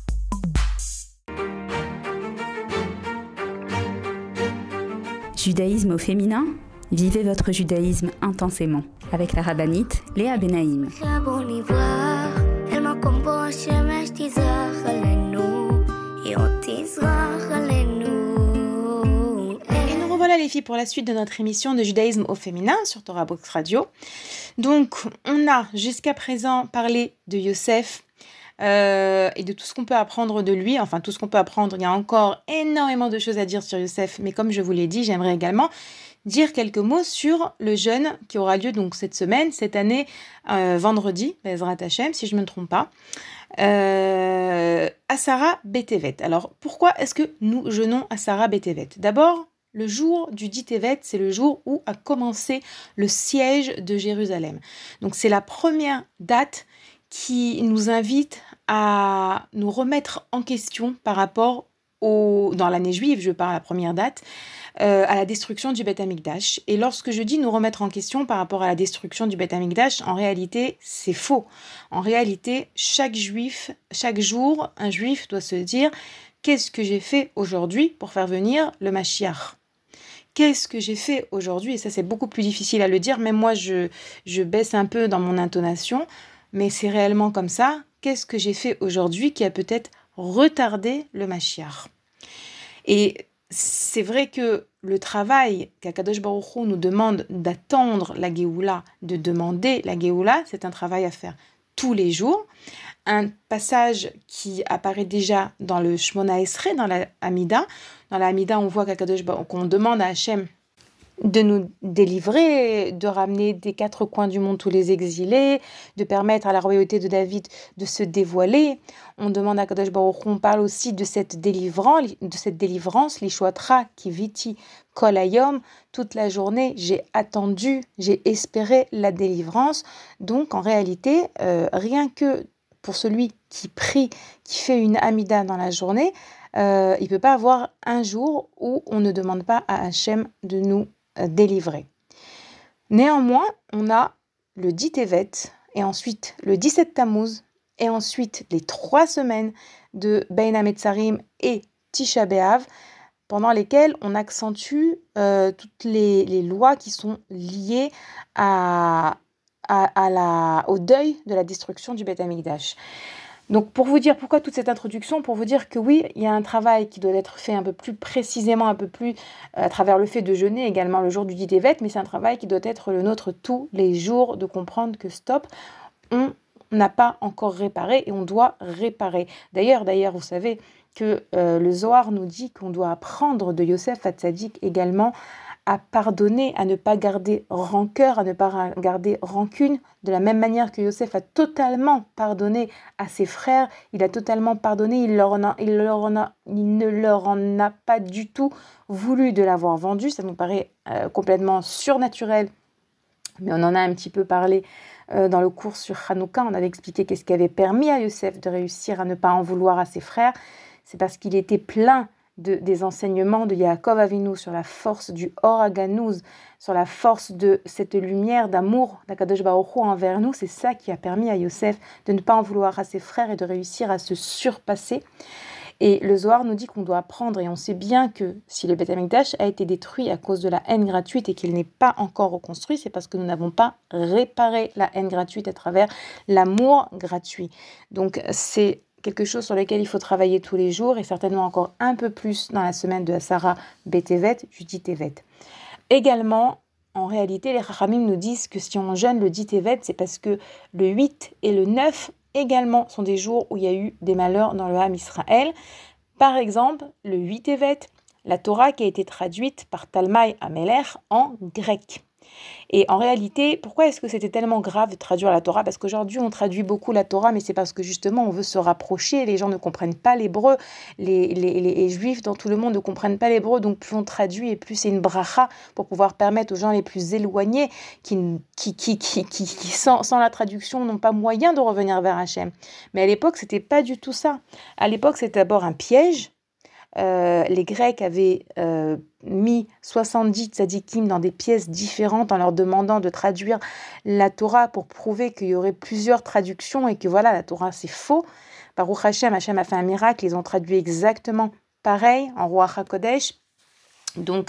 Judaïsme au féminin? Vivez votre judaïsme intensément avec la rabbinite Léa Benaïm. Et nous revoilà les filles pour la suite de notre émission de judaïsme au féminin sur Torah Box Radio. Donc on a jusqu'à présent parlé de Yosef et de tout ce qu'on peut apprendre de lui. Enfin tout ce qu'on peut apprendre, il y a encore énormément de choses à dire sur Yosef, mais comme je vous l'ai dit, j'aimerais également dire quelques mots sur le jeûne qui aura lieu donc cette semaine, cette année, vendredi, Bezrat Hashem, si je ne me trompe pas, Asara Betevet. Alors, pourquoi est-ce que nous jeûnons Asara Betevet? D'abord, le jour du 10 Tevet, c'est le jour où a commencé le siège de Jérusalem. Donc, c'est la première date qui nous invite à nous remettre en question par rapport dans l'année juive, je parle à la première date, à la destruction du Beth Amikdash. Et lorsque je dis nous remettre en question par rapport à la destruction du Beth Amikdash, en réalité, c'est faux. En réalité, chaque jour, un juif doit se dire « Qu'est-ce que j'ai fait aujourd'hui pour faire venir le Mashiach ?» Qu'est-ce que j'ai fait aujourd'hui? Et ça, c'est beaucoup plus difficile à le dire. Même moi, je baisse un peu dans mon intonation, mais c'est réellement comme ça. Qu'est-ce que j'ai fait aujourd'hui qui a peut-être retardé le Mashiach? Et c'est vrai que le travail qu'Akadosh Baruch Hu nous demande d'attendre la Géoula, de demander la Géoula, c'est un travail à faire tous les jours. Un passage qui apparaît déjà dans le Shmona Esrei, dans la Hamida. Dans la Hamida, on voit qu'on demande à Hachem de nous délivrer, de ramener des quatre coins du monde tous les exilés, de permettre à la royauté de David de se dévoiler. On demande à Kadosh Baruch Hu, on parle aussi de cette délivrance, l'Ishuatra qui viti kol hayom, toute la journée, j'ai attendu, j'ai espéré la délivrance. Donc en réalité, rien que pour celui qui prie, qui fait une Hamida dans la journée, il ne peut pas avoir un jour où on ne demande pas à Hachem de nous délivrer. Néanmoins, on a le 10 Tevet et ensuite le 17 Tammuz et ensuite les 3 semaines de Bein HaMetzarim et Tisha B'Av pendant lesquelles on accentue toutes les lois qui sont liées au deuil de la destruction du Beth Amikdash. Donc pour vous dire pourquoi toute cette introduction, pour vous dire que oui, il y a un travail qui doit être fait un peu plus précisément, un peu plus à travers le fait de jeûner également le jour du 10 Tevet, mais c'est un travail qui doit être le nôtre tous les jours, de comprendre que stop, on n'a pas encore réparé et on doit réparer. D'ailleurs, vous savez que le Zohar nous dit qu'on doit apprendre de Yosef Hatzadik également à pardonner, à ne pas garder rancœur, à ne pas garder rancune, de la même manière que Yosef a totalement pardonné à ses frères, il a totalement pardonné, il ne leur en a pas du tout voulu de l'avoir vendu. Ça nous paraît complètement surnaturel, mais on en a un petit peu parlé dans le cours sur Hanouka. On avait expliqué qu'est-ce qui avait permis à Yosef de réussir à ne pas en vouloir à ses frères. C'est parce qu'il était plein des enseignements de Yaakov Avinu sur la force du Or HaGanuz, sur la force de cette lumière d'amour d'Akadosh Baruch Hu envers nous. C'est ça qui a permis à Yosef de ne pas en vouloir à ses frères et de réussir à se surpasser. Et le Zohar nous dit qu'on doit apprendre, et on sait bien que si le Beth Amikdash a été détruit à cause de la haine gratuite et qu'il n'est pas encore reconstruit, c'est parce que nous n'avons pas réparé la haine gratuite à travers l'amour gratuit. Donc c'est quelque chose sur lequel il faut travailler tous les jours et certainement encore un peu plus dans la semaine de Asara Betevet, du 10 Tevet. Également, en réalité, les Chachamim nous disent que si on jeûne le 10 Tevet, c'est parce que le 8 et le 9 également sont des jours où il y a eu des malheurs dans le Ham Israël. Par exemple, le 8 Tevet, la Torah qui a été traduite par Talmai Ameler en grec. Et en réalité, pourquoi est-ce que c'était tellement grave de traduire la Torah? Parce qu'aujourd'hui, on traduit beaucoup la Torah, mais c'est parce que justement, on veut se rapprocher. Les gens ne comprennent pas l'hébreu. Les Juifs dans tout le monde ne comprennent pas l'hébreu. Donc, plus on traduit et plus c'est une bracha pour pouvoir permettre aux gens les plus éloignés qui sans la traduction, n'ont pas moyen de revenir vers Hachem. Mais à l'époque, c'était pas du tout ça. À l'époque, c'était d'abord un piège. Les Grecs avaient mis 70 tzadikim dans des pièces différentes en leur demandant de traduire la Torah pour prouver qu'il y aurait plusieurs traductions et que voilà, la Torah c'est faux. Baruch Hashem, Hashem a fait un miracle, ils ont traduit exactement pareil en Ruach HaKodesh. Donc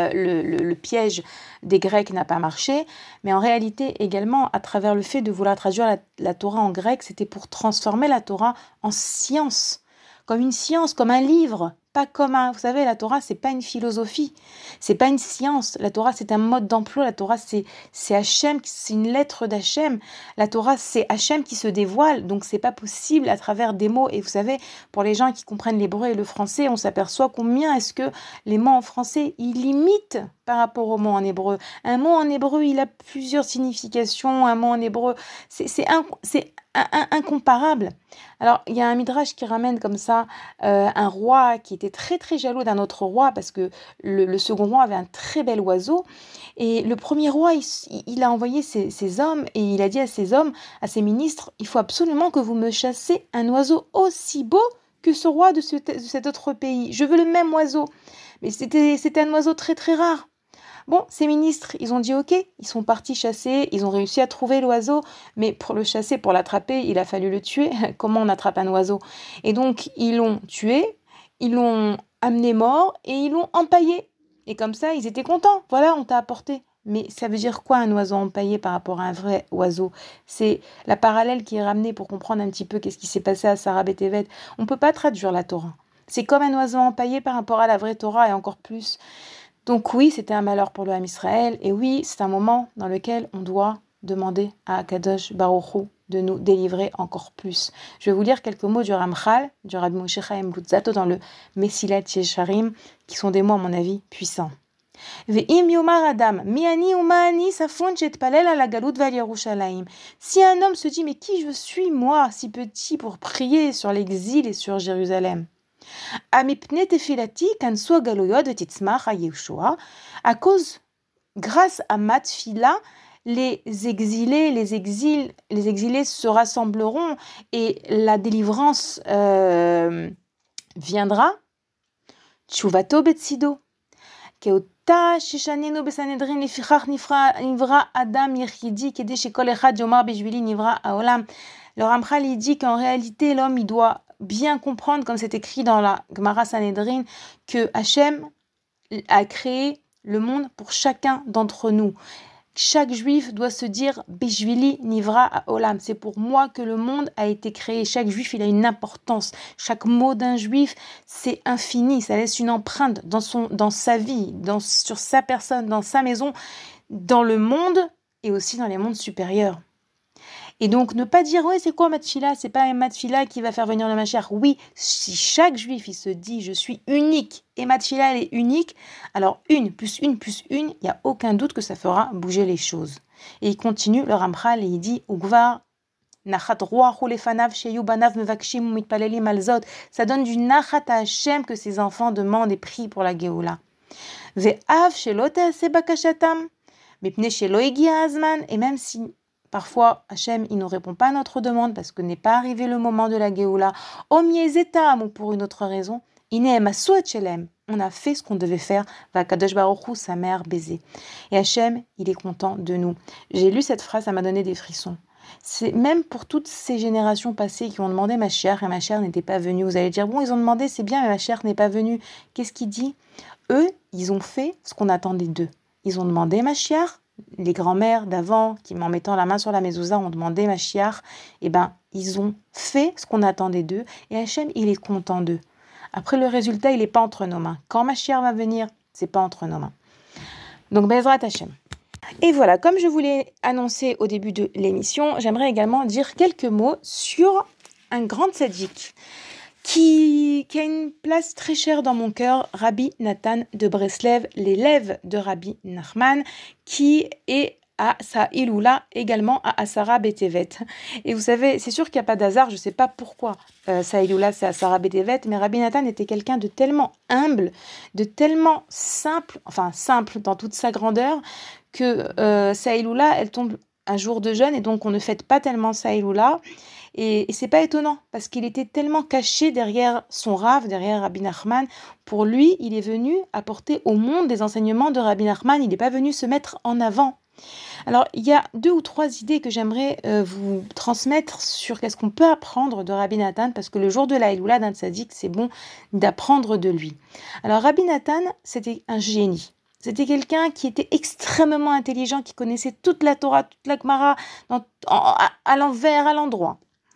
le piège des Grecs n'a pas marché, mais en réalité également à travers le fait de vouloir traduire la Torah en grec, c'était pour transformer la Torah en science, comme une science, comme un livre. Pas comme un, vous savez, la Torah, c'est pas une philosophie, c'est pas une science. La Torah, c'est un mode d'emploi. La Torah, c'est Hachem, c'est une lettre d'Hachem. La Torah, c'est Hachem qui se dévoile. Donc, c'est pas possible à travers des mots. Et vous savez, pour les gens qui comprennent l'hébreu et le français, on s'aperçoit combien est-ce que les mots en français, ils limitent par rapport aux mots en hébreu. Un mot en hébreu, il a plusieurs significations. Un mot en hébreu, c'est incomparable. Alors, il y a un midrash qui ramène comme ça un roi qui était très très jaloux d'un autre roi parce que le second roi avait un très bel oiseau et le premier roi, il a envoyé ses hommes et il a dit à ses hommes, à ses ministres, il faut absolument que vous me chassez un oiseau aussi beau que ce roi de cet autre pays. Je veux le même oiseau. Mais c'était un oiseau très très rare. Bon, ces ministres, ils ont dit ok, ils sont partis chasser, ils ont réussi à trouver l'oiseau, mais pour le chasser, pour l'attraper, il a fallu le tuer. Comment on attrape un oiseau? Et donc, ils l'ont tué, ils l'ont amené mort et ils l'ont empaillé. Et comme ça, ils étaient contents. Voilà, on t'a apporté. Mais ça veut dire quoi un oiseau empaillé par rapport à un vrai oiseau? C'est la parallèle qui est ramenée pour comprendre un petit peu qu'est-ce qui s'est passé à Sarah Bétévet. On ne peut pas traduire la Torah. C'est comme un oiseau empaillé par rapport à la vraie Torah et encore plus. Donc oui, c'était un malheur pour le Ham Israël, et oui, c'est un moment dans lequel on doit demander à Akadosh Baruch Hu de nous délivrer encore plus. Je vais vous lire quelques mots du Ramchal, du Rabbi Moshe Chaim Luzzatto dans le Mesilat Yesharim, qui sont des mots, à mon avis, puissants. Ve'im yomar adam, mi ani uma ani safon shetpalel ala galut val Yerushalayim. Si un homme se dit, mais qui je suis, moi, si petit, pour prier sur l'exil et sur Jérusalem? À cause, grâce à ma tfila, les exilés se rassembleront et la délivrance viendra. Tshuvato betsido. Keota sheshanenu besanedrin lefichach nivra adam yechidi kede shekol echad yomar bejvili nivra haolam. Le Ramchal, il dit qu'en réalité, l'homme, il doit bien comprendre, comme c'est écrit dans la Gemara Sanhedrin, que Hachem a créé le monde pour chacun d'entre nous. Chaque juif doit se dire Bejvili nivra haolam. C'est pour moi que le monde a été créé. Chaque juif, il a une importance. Chaque mot d'un juif, c'est infini. Ça laisse une empreinte dans sa vie, sur sa personne, dans sa maison, dans le monde et aussi dans les mondes supérieurs. Et donc, ne pas dire, ouais, c'est quoi Matfila? C'est pas un Matfila qui va faire venir le Mashiach. Oui, si chaque juif, il se dit, je suis unique, et Matfila, elle est unique, alors 1 plus 1 plus 1, il n'y a aucun doute que ça fera bouger les choses. Et il continue, le Ramchal, et il dit, Ugvar, nachat roachu lefanav sheyu banav mevakshim mitpalelim alzot. Ça donne du nachat à Hachem que ses enfants demandent et prient pour la Géoula. Ve'av shelo te'aseh bakashatam, mipnei shelo egia azman, et même si parfois, Hachem, il ne répond pas à notre demande parce que n'est pas arrivé le moment de la Géoula. Omiezetam, ou pour une autre raison, Inem asuat shelem. On a fait ce qu'on devait faire. Va Kadosh Baruch Hu, sa mère, baiser. Et Hachem, il est content de nous. J'ai lu cette phrase, ça m'a donné des frissons. C'est même pour toutes ces générations passées qui ont demandé Mashiach et Mashiach n'était pas venu. Vous allez dire, bon, ils ont demandé, c'est bien, mais Mashiach n'est pas venu. Qu'est-ce qu'il dit? Eux, ils ont fait ce qu'on attendait d'eux. Ils ont demandé Mashiach. Les grands-mères d'avant, qui en mettant la main sur la mezouza ont demandé Mashiach, eh ben, ils ont fait ce qu'on attendait d'eux, et Hachem, il est content d'eux. Après, le résultat, il n'est pas entre nos mains. Quand Mashiach va venir, c'est pas entre nos mains. Donc, Bezrat Hachem. Et voilà, comme je vous l'ai annoncé au début de l'émission, j'aimerais également dire quelques mots sur un grand tzaddik qui a une place très chère dans mon cœur, Rabbi Nathan de Breslev, l'élève de Rabbi Nachman, qui est à sa Iloula, également à Asara Betevet. Et vous savez, c'est sûr qu'il n'y a pas d'hasard, je ne sais pas pourquoi sa Iloula c'est Asara Betevet, mais Rabbi Nathan était quelqu'un de tellement humble, de tellement simple dans toute sa grandeur, que sa Iloula, elle tombe un jour de jeûne, et donc on ne fête pas tellement sa Iloula. Et c'est pas étonnant, parce qu'il était tellement caché derrière son Rav, derrière Rabbi Nachman. Pour lui, il est venu apporter au monde des enseignements de Rabbi Nachman, il n'est pas venu se mettre en avant. Alors, il y a 2 ou 3 idées que j'aimerais vous transmettre sur qu'est-ce qu'on peut apprendre de Rabbi Nathan, parce que le jour de la Iloula d'un tzaddik, c'est bon d'apprendre de lui. Alors, Rabbi Nathan, c'était un génie. C'était quelqu'un qui était extrêmement intelligent, qui connaissait toute la Torah, toute la Gemara, à l'envers, à l'endroit.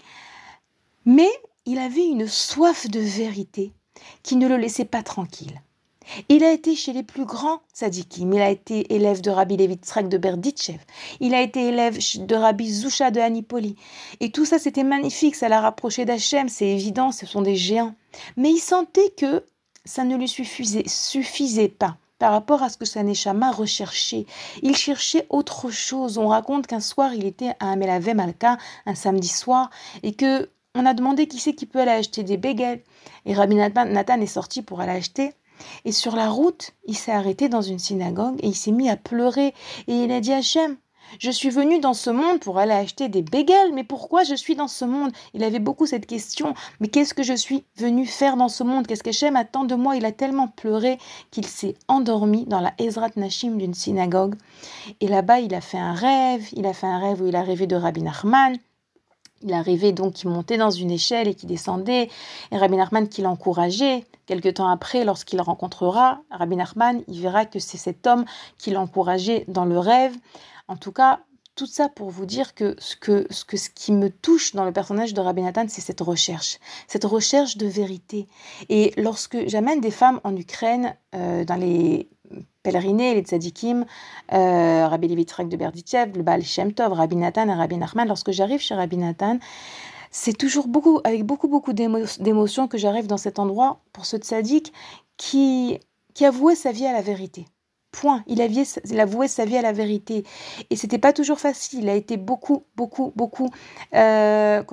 Mais il avait une soif de vérité qui ne le laissait pas tranquille. Il a été chez les plus grands tzadikim. Il a été élève de Rabbi Levi Yitzhak de Berditchev. Il a été élève de Rabbi Zusha de Hanipoli. Et tout ça, c'était magnifique. Ça l'a rapproché d'Hachem. C'est évident, ce sont des géants. Mais il sentait que ça ne lui suffisait pas par rapport à ce que sa Neshama recherchait. Il cherchait autre chose. On raconte qu'un soir, il était à Melave Malka, un samedi soir, et que on a demandé qui c'est qui peut aller acheter des bagels. Et Rabbi Nathan est sorti pour aller acheter. Et sur la route, il s'est arrêté dans une synagogue et il s'est mis à pleurer. Et il a dit à Hachem, je suis venu dans ce monde pour aller acheter des bagels, mais pourquoi je suis dans ce monde? Il avait beaucoup cette question, mais qu'est-ce que je suis venu faire dans ce monde? Qu'est-ce qu'Hachem attend de moi? Il a tellement pleuré qu'il s'est endormi dans la Ezrat Nashim d'une synagogue. Et là-bas, il a fait un rêve où il a rêvé de Rabbi Nachman. Il arrivait donc, qui montait dans une échelle et qui descendait, et Rabbi Nachman qui l'encourageait. Quelque temps après, lorsqu'il rencontrera Rabbi Nachman, il verra que c'est cet homme qui l'encourageait dans le rêve. En tout cas, tout ça pour vous dire que ce qui me touche dans le personnage de Rabbi Nathan, c'est cette recherche de vérité. Et lorsque j'amène des femmes en Ukraine, dans les pèlerinés, les tzadikim, Rabbi Levi Yitzhak de Berditchev, le Baal Shem Tov, Rabbi Nathan et Rabbi Nachman, lorsque j'arrive chez Rabbi Nathan, c'est toujours avec beaucoup d'émotions que j'arrive dans cet endroit pour ce tzaddik qui avouait sa vie à la vérité. Point. Il avouait sa vie à la vérité. Et c'était pas toujours facile. Il a été beaucoup. Il y a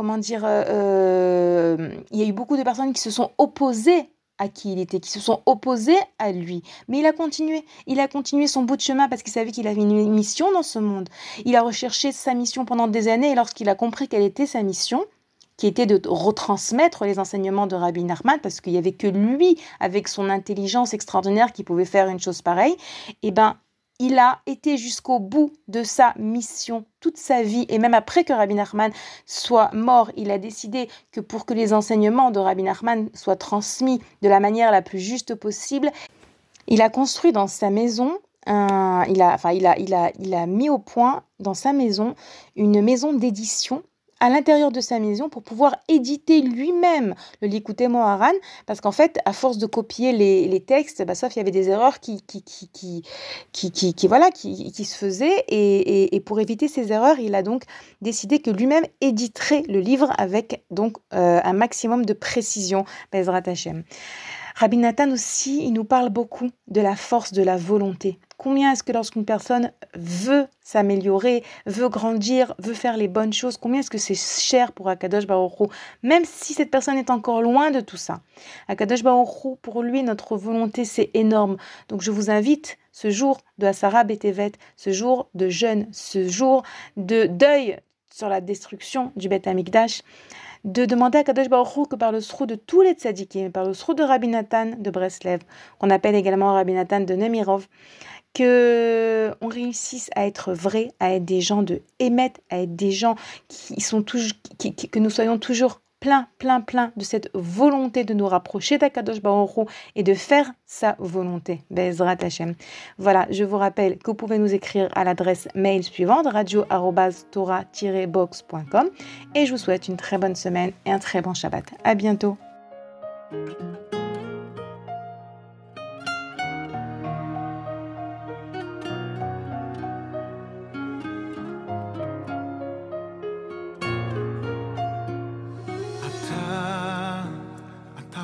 eu beaucoup de personnes qui se sont opposées à qui il était, qui se sont opposés à lui. Mais il a continué son bout de chemin parce qu'il savait qu'il avait une mission dans ce monde. Il a recherché sa mission pendant des années et lorsqu'il a compris quelle était sa mission, qui était de retransmettre les enseignements de Rabbi Nachman, parce qu'il n'y avait que lui, avec son intelligence extraordinaire, qui pouvait faire une chose pareille, il a été jusqu'au bout de sa mission toute sa vie, et même après que Rabbi Nachman soit mort, il a décidé que pour que les enseignements de Rabbi Nachman soient transmis de la manière la plus juste possible, il a construit dans sa maison, il a mis au point dans sa maison une maison d'édition à l'intérieur de sa maison pour pouvoir éditer lui-même le Likutei Moharan, parce qu'en fait, à force de copier les textes, sauf il y avait des erreurs qui se faisaient, et pour éviter ces erreurs, il a donc décidé que lui-même éditerait le livre avec donc un maximum de précision, Bezrat Hashem. Rabbi Nathan aussi, il nous parle beaucoup de la force de la volonté. Combien est-ce que lorsqu'une personne veut s'améliorer, veut grandir, veut faire les bonnes choses, combien est-ce que c'est cher pour Akadosh Baruch Hu, même si cette personne est encore loin de tout ça. Akadosh Baruch Hu, pour lui, notre volonté, c'est énorme. Donc je vous invite, ce jour de Asara Betevet, ce jour de jeûne, ce jour de deuil sur la destruction du Beth Amikdash, de demander à Kadosh Baruch Hu que par le sroud de tous les tzadikim, par le sroud de Rabbi Nathan de Breslev, qu'on appelle également Rabbi Nathan de Nemirov, que on réussisse à être vrai, à être des gens de Emet, à être des gens qui sont toujours, que nous soyons toujours plein de cette volonté de nous rapprocher d'Akadosh Baruch Hu et de faire sa volonté. Bezrat Hashem. Voilà, je vous rappelle que vous pouvez nous écrire à l'adresse mail suivante, radio@torah-box.com, et je vous souhaite une très bonne semaine et un très bon Shabbat. À bientôt.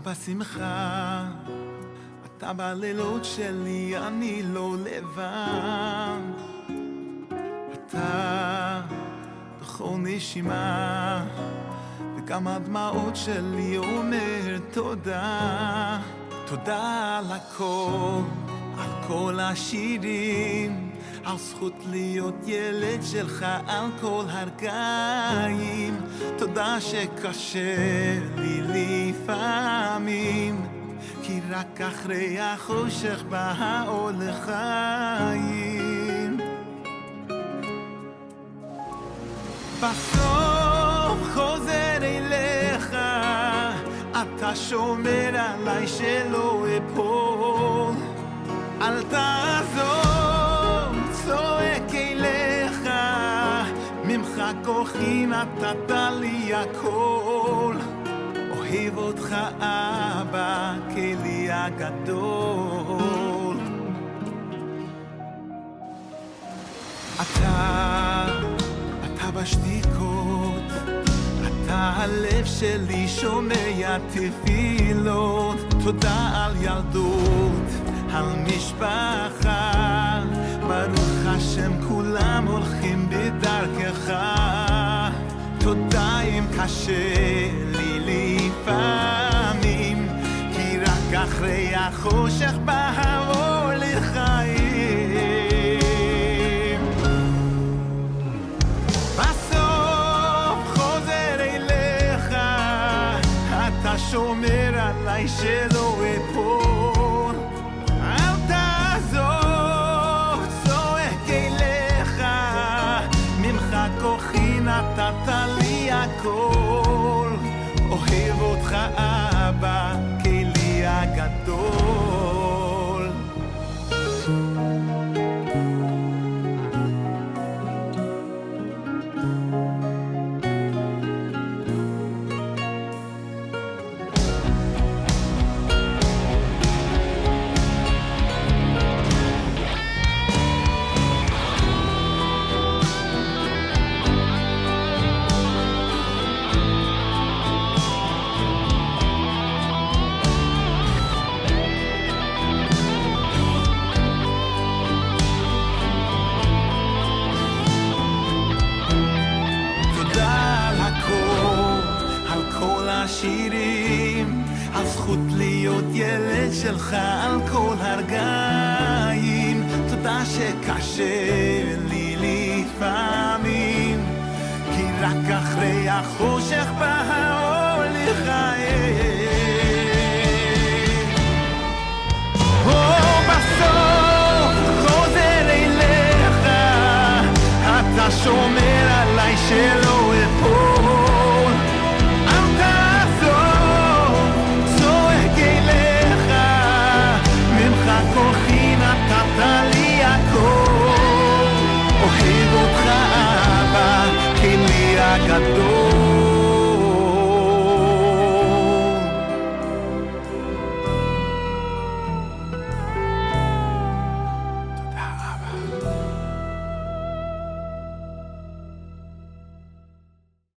בשמחה, אתה בלילות שלי, אני לא לבד. אתה בכל נשימה, וגם הדמעות שלי אומר תודה. תודה על הכל, על כל השירים, על זכות להיות ילד שלך על כל הרגעים. תודה שקשה לי לפעמים, כי רק אחרי החושך בא האור לחיים. בסוף חוזר אליך, אתה שומר עליי שלא אפול. אל תעזוב, צועק אליך, ממך כוחי נתת לי הכל. אוהב אותך אבא, כלי הגדול. אתה בשתיקות, אתה הלב שלי שומע תפילות. תודה על ילדות, על משפחה, ברוך השם כולם הולכים בדרכך. תודה אם קשה לי לפעמים, כי רק אחרי החושך בא האור לחיים. בסוף חוזר אליך, אתה שומר עליי שלא אפול. אל תעזוב, צועק אליך, ממך כוחי נתת לי הכל. אוהב אותך אבא, כלי הגדול. שירים, על זכות להיות ילד שלך על כל הרגעים. תודה שקשה לי לפעמים, כי רק אחרי החושך בא האור לחיים. בסוף חוזר אליך, אתה שומר עליי שלא